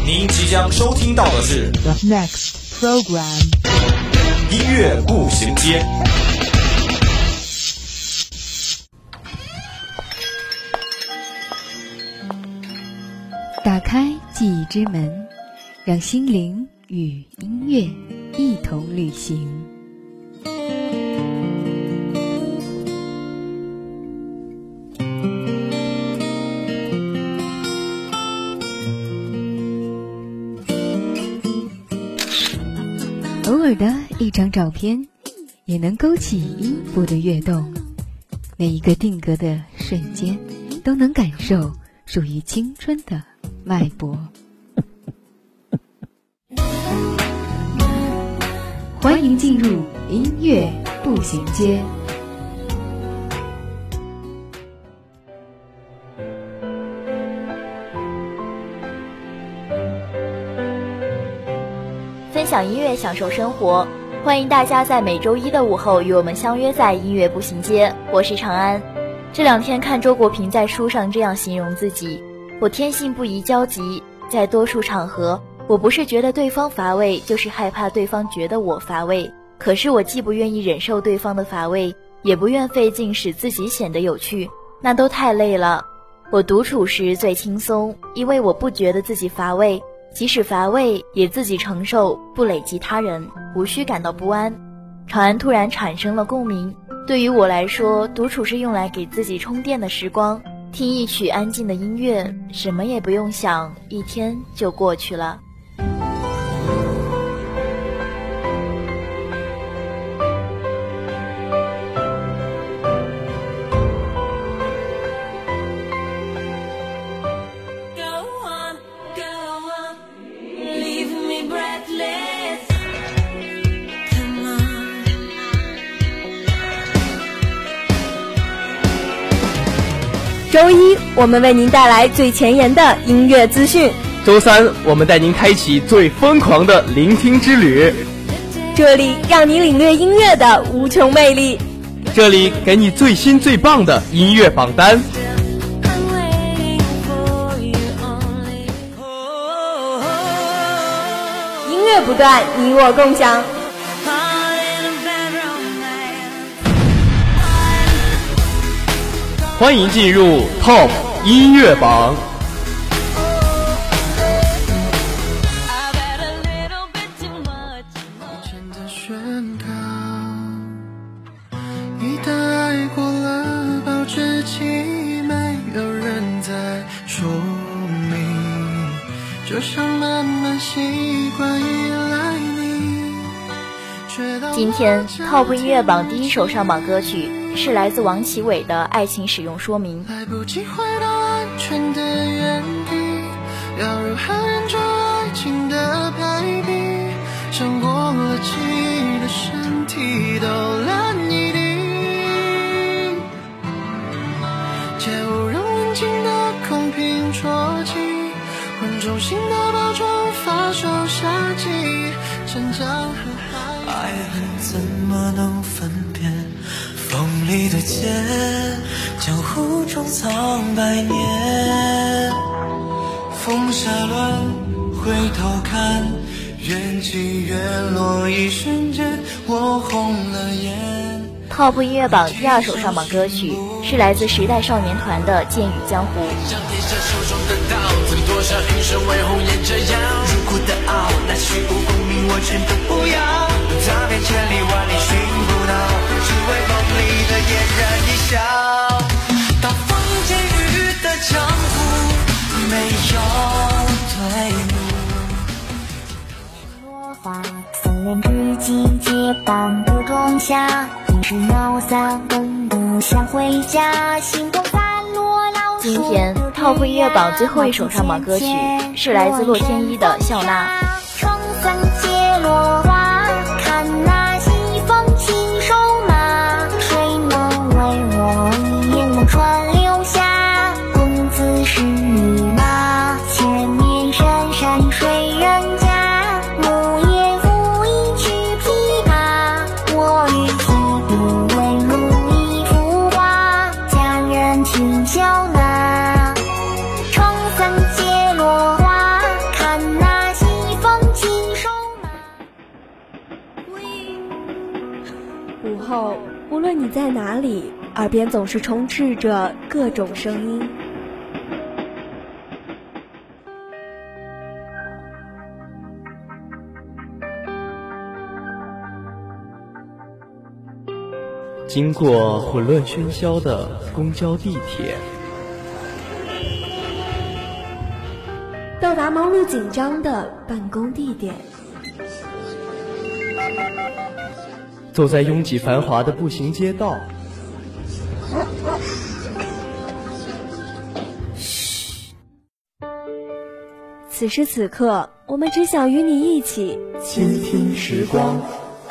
您即将收听到的是 The next program 音乐步行街。 打开记忆之门，让心灵与音乐一同旅行。偶尔的一张照片，也能勾起音符的跃动。每一个定格的瞬间，都能感受属于青春的脉搏。欢迎进入音乐步行街。 分享音乐，享受生活，欢迎大家在每周一的午后与我们相约在音乐步行街。我是长安。这两天看周国平在书上这样形容自己：我天性不宜交集，在多数场合，我不是觉得对方乏味，就是害怕对方觉得我乏味。可是我既不愿意忍受对方的乏味，也不愿费劲使自己显得有趣，那都太累了。我独处时最轻松，因为我不觉得自己乏味，即使乏味也自己承受，不累及他人，无需感到不安。长安突然产生了共鸣。对于我来说，独处是用来给自己充电的时光，听一曲安静的音乐，什么也不用想，一天就过去了。 周一，我们为您带来最前沿的音乐资讯； 周三，我们带您开启最疯狂的聆听之旅。 这里让你领略音乐的无穷魅力， 这里给你最新最棒的音乐榜单。 音乐不断，你我共享。 欢迎进入 Top 音乐榜。 一旦爱过了，保质期没有人再说明，就像慢慢习惯依赖你。 今天 Top 音乐榜第一首上榜歌曲是来自王奇伟的《爱情使用说明》。 来不及回到安全的原地，要如何忍住爱情的排比，像过了期的身体都烂一地，借无人问津的空瓶啜泣，换中心的包装发售夏季，成长和爱恨怎么能分辨，锋利的剑，江湖中藏百年。风沙乱，回头看，缘起缘落一瞬间，我红了眼。 Top 音乐榜第二首上榜歌曲是来自时代少年团的《剑与江湖》。 将天下手中的刀，曾多少云生为红颜这样，入骨的傲，那虚无功名我全都不要，踏遍千里万里寻不到，只为梦里的嫣然一笑。大风剑雨的江湖，没有退路。 落花僧人之际，结伴不装下，平时闹散更不想回家，心中散落老。 今天 Top 音乐榜最后一首上榜歌曲是来自洛天依的《笑纳》。 窗伞结落花，看那西风骑手马，谁能为我一眼望穿流下？公子是你马，千年山山水人家，木叶拂一曲琵琶，我与西不为如一幅画，佳人听笑纳。窗伞结落花，看那候，无论你在哪里，耳边总是充斥着各种声音。 经过混乱喧嚣的公交地铁， 到达忙碌紧张的办公地点， 走在拥挤繁华的步行街道， 此时此刻，我们只想与你一起倾听时光。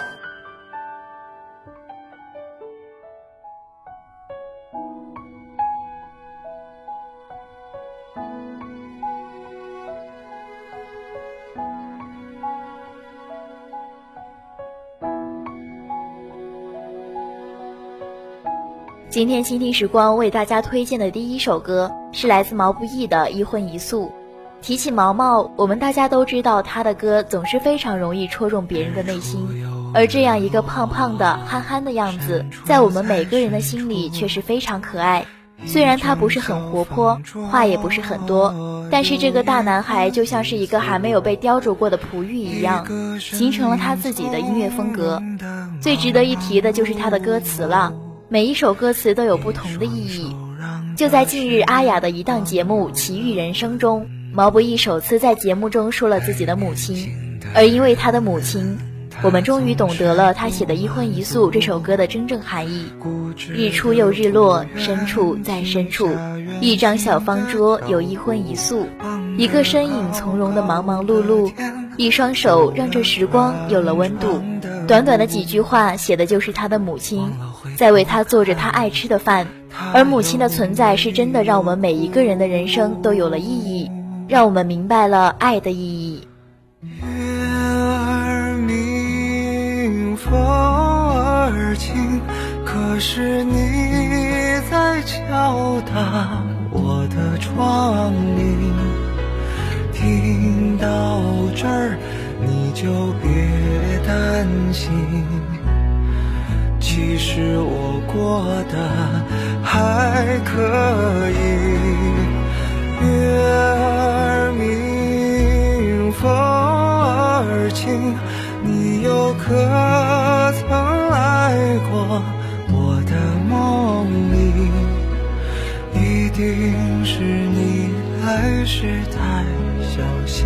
今天倾听时光为大家推荐的第一首歌是来自毛不易的《一荤一素》。提起毛毛，我们大家都知道他的歌总是非常容易戳中别人的内心，而这样一个胖胖的憨憨的样子，在我们每个人的心里却是非常可爱。虽然他不是很活泼，话也不是很多，但是这个大男孩就像是一个还没有被雕琢过的璞玉一样，形成了他自己的音乐风格。最值得一提的就是他的歌词了，每一首歌词都有不同的意义。就在近日阿雅的一档节目《奇遇人生》中，毛不易首次在节目中说了自己的母亲，而因为他的母亲，我们终于懂得了他写的《一荤一素》这首歌的真正含义。日出又日落，深处在深处，一张小方桌有一荤一素，一个身影从容的忙忙碌碌，一双手让这时光有了温度。短短的几句话写的就是他的母亲在为他做着他爱吃的饭，而母亲的存在是真的让我们每一个人的人生都有了意义，让我们明白了爱的意义。 月儿明，风儿轻，可是你在敲打我的窗棂。听到这儿你就别担心，其实我过得还可以。月儿明，风儿轻，你又可曾来过我的梦里？一定是你来时太小心，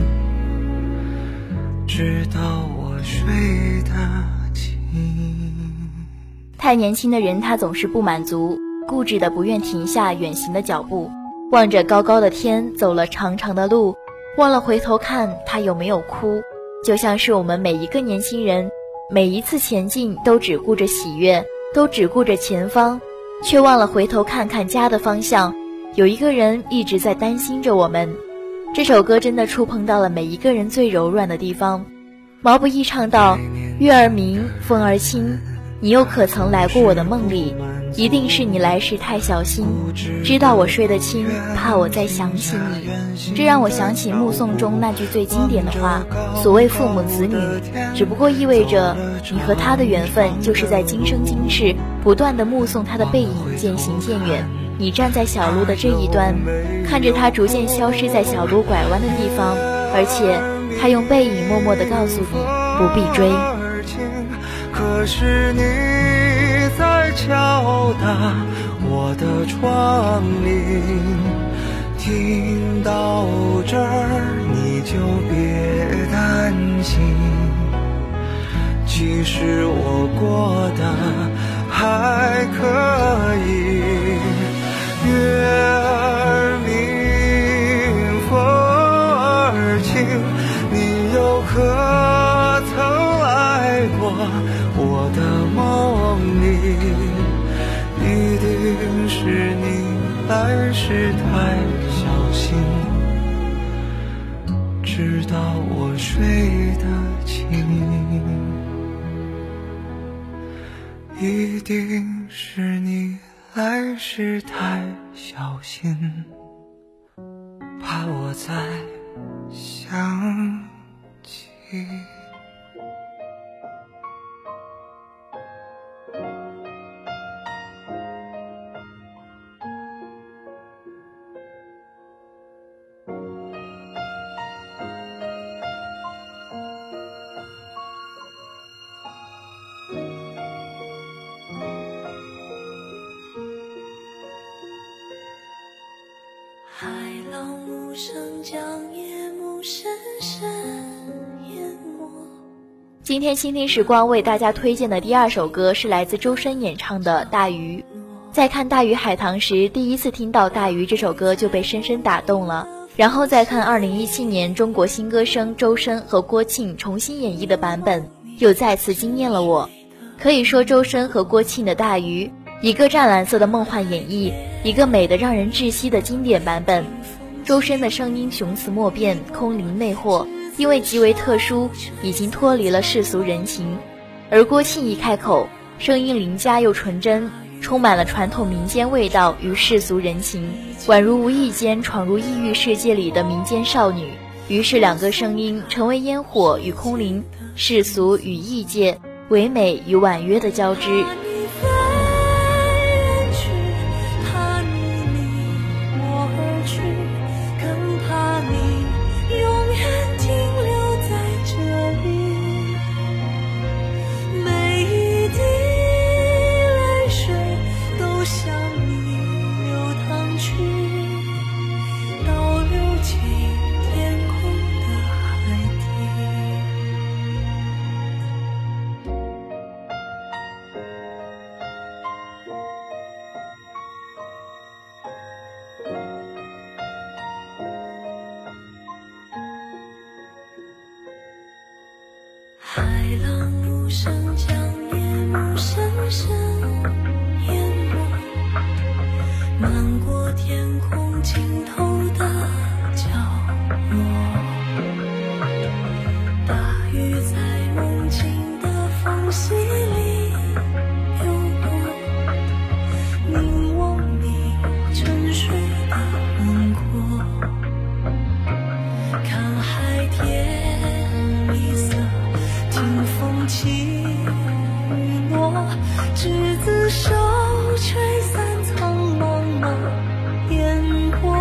直到我睡得轻。 太年轻的人他总是不满足，固执的不愿停下远行的脚步，望着高高的天，走了长长的路，忘了回头看他有没有哭。就像是我们每一个年轻人，每一次前进都只顾着喜悦，都只顾着前方，却忘了回头看看家的方向，有一个人一直在担心着我们。这首歌真的触碰到了每一个人最柔软的地方。毛不易唱道：月儿明，风儿轻，你又可曾来过我的梦里？一定是你来时太小心，知道我睡得轻，怕我再想起你。这让我想起目送中那句最经典的话，所谓父母子女，只不过意味着你和他的缘分就是在今生今世不断的目送他的背影渐行渐远。你站在小路的这一端，看着他逐渐消失在小路拐弯的地方，而且他用背影默默地告诉你不必追。 可是你在敲打我的窗棂，听到这儿你就别担心，其实我过得还可以。月儿明，风儿轻，你又可曾来过我的梦里？一定是你来时太小心，直到我睡得轻。一定是你来时太小心，怕我再想起。 浪无声将夜幕深深淹没。 今天倾听时光为大家推荐的第2首歌是来自周深演唱的《大鱼》。在看《大鱼海棠》时，第一次听到《大鱼》这首歌就被深深打动了，然后再看2017年中国新歌声周深和郭庆重新演绎的版本，又再次惊艳了我。可以说周深和郭庆的《大鱼》，一个湛蓝色的梦幻演绎，一个美得让人窒息的经典版本。周深的声音雄雌莫辨，空灵魅惑，因为极为特殊，已经脱离了世俗人情。而郭庆一开口，声音邻家又纯真，充满了传统民间味道与世俗人情，宛如无意间闯入异域世界里的民间少女。于是两个声音成为烟火与空灵，世俗与异界，唯美与婉约的交织。 海浪无声将夜幕深深淹没，漫过天空尽头的角落。大鱼在梦境的缝隙里流过，凝望你沉睡的轮廓，看海天一色，听风起雨落，执子手，吹散苍茫的烟波。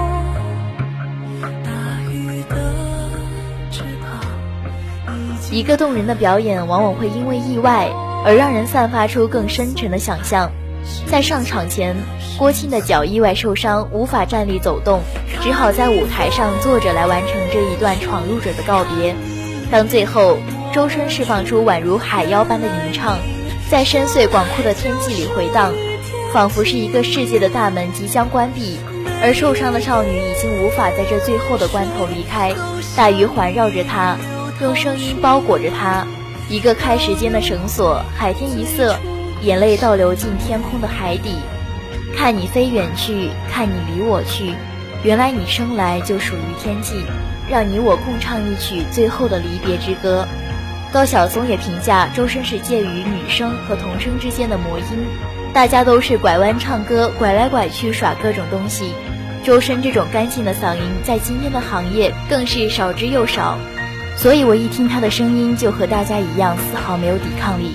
大鱼的翅膀一个动人的表演往往会因为意外而让人散发出更深沉的想象。在上场前，郭庆的脚意外受伤，无法站立走动，只好在舞台上坐着来完成这一段闯入者的告别。当最后周深释放出宛如海妖般的吟唱，在深邃广阔的天际里回荡，仿佛是一个世界的大门即将关闭，而受伤的少女已经无法在这最后的关头离开。大鱼环绕着她，用声音包裹着她，一个开时间的绳索，海天一色，眼泪倒流进天空的海底。看你飞远去，看你离我去，原来你生来就属于天际，让你我共唱一曲最后的离别之歌。高晓松也评价周深是介于女声和童声之间的魔音，大家都是拐弯唱歌，拐来拐去耍各种东西。周深这种干净的嗓音在今天的行业更是少之又少，所以我一听他的声音就和大家一样丝毫没有抵抗力。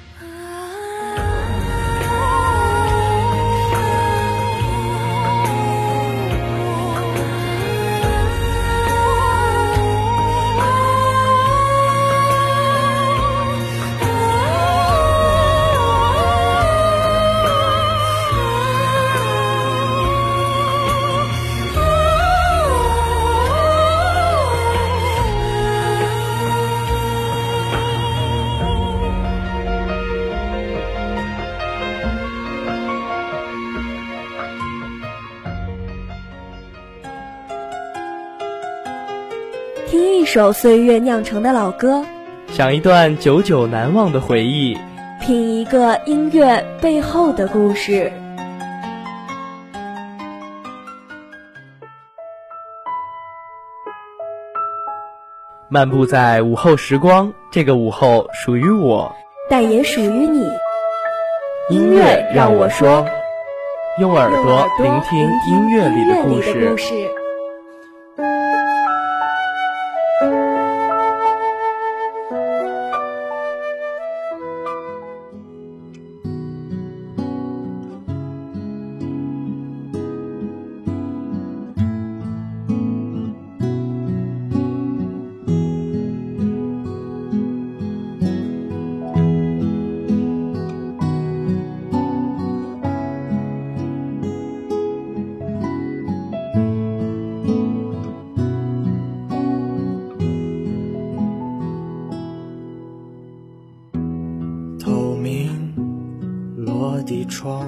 听一首岁月酿成的老歌， 想一段久久难忘的回忆， 品一个音乐背后的故事。 漫步在午后时光，这个午后属于我， 但也属于你。 音乐让我说，用耳朵聆听音乐里的故事。 窗。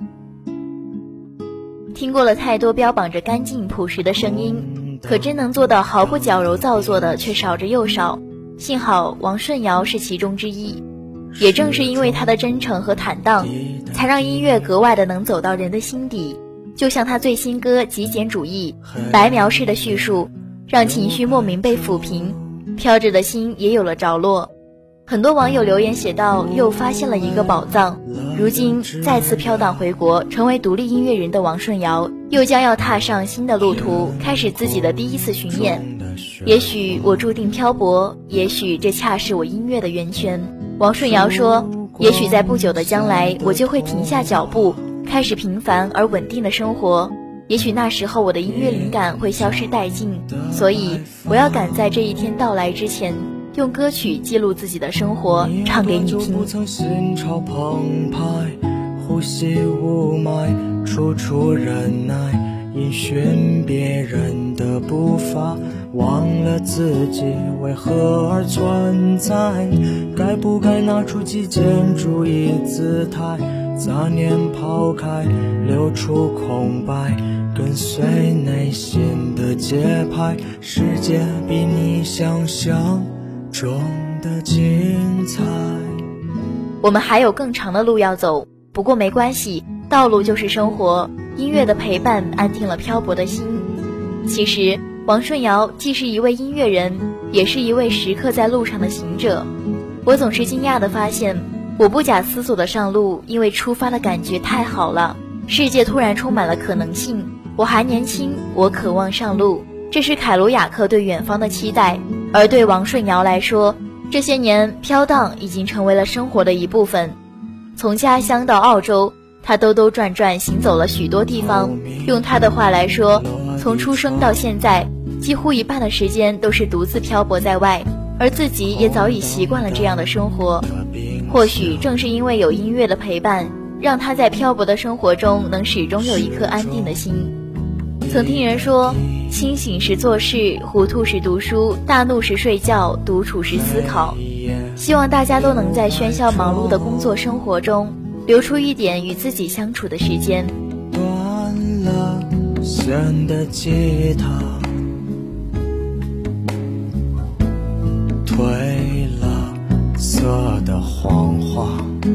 听过了太多标榜着干净朴实的声音，可真能做到毫不矫揉造作的却少之又少。幸好王顺尧是其中之一，也正是因为他的真诚和坦荡，才让音乐格外的能走到人的心底。就像他最新歌《极简主义》，白描式的叙述让情绪莫名被抚平，飘着的心也有了着落。很多网友留言写道，又发现了一个宝藏。如今再次飘荡回国，成为独立音乐人的王顺尧又将要踏上新的路途，开始自己的第一次巡演。也许我注定漂泊，也许这恰是我音乐的源泉。王顺尧说，也许在不久的将来，我就会停下脚步，开始平凡而稳定的生活。也许那时候我的音乐灵感会消失殆尽，所以我要赶在这一天到来之前，用歌曲记录自己的生活，唱给你听。 不曾心潮澎湃，呼吸雾霾，处处忍耐，因循别人的步伐，忘了自己为何而存在。该不该拿出极简主义姿态，杂念抛开，留出空白，跟随内心的节拍。世界比你想象中的精彩。 我们还有更长的路要走，不过没关系，道路就是生活，音乐的陪伴安定了漂泊的心。其实王顺尧既是一位音乐人，也是一位时刻在路上的行者。我总是惊讶地发现，我不假思索地上路，因为出发的感觉太好了，世界突然充满了可能性。我还年轻，我渴望上路，这是凯鲁亚克对远方的期待。而对王顺尧来说，这些年飘荡已经成为了生活的一部分。从家乡到澳洲，他兜兜转转行走了许多地方。用他的话来说，从出生到现在，几乎一半的时间都是独自漂泊在外，而自己也早已习惯了这样的生活。或许正是因为有音乐的陪伴，让他在漂泊的生活中能始终有一颗安定的心。曾听人说，清醒时做事，糊涂时读书，大怒时睡觉，独处时思考。希望大家都能在喧嚣忙碌的工作生活中，留出一点与自己相处的时间。 断了弦的吉他，褪了色的谎话，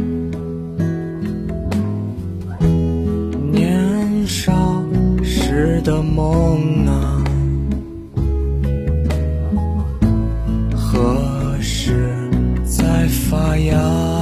年少时的梦啊，何时在发芽？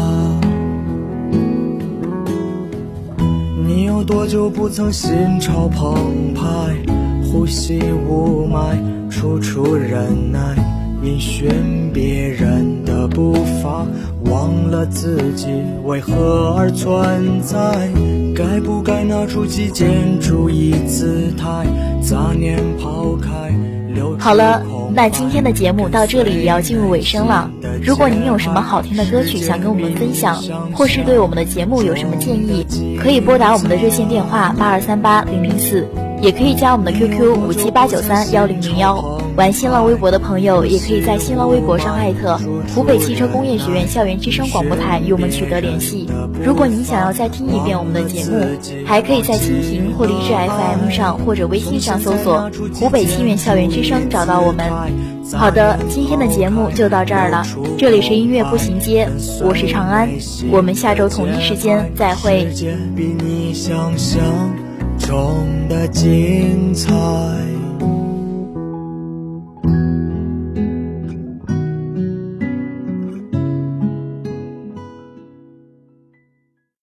你有多久不曾心潮澎湃，呼吸雾霾，处处忍耐，因循别人的步伐，忘了自己为何而存在。该不该拿出极简主义姿态，杂念抛开。 好了，那今天的节目到这里也要进入尾声了。如果您有什么好听的歌曲想跟我们分享，或是对我们的节目有什么建议，可以拨打我们的热线电话82380004，也可以加我们的 QQ 578931001。玩新浪微博的朋友也可以在新浪微博上艾特湖北汽车工业学院校园之声广播台与我们取得联系。如果您想要再听一遍我们的节目，还可以在蜻蜓或荔枝 FM 上或者微信上搜索湖北清源校园之声找到我们。好的，今天的节目就到这儿了，这里是音乐步行街，我是长安，我们下周同一时间再会。 比你想象中的精彩。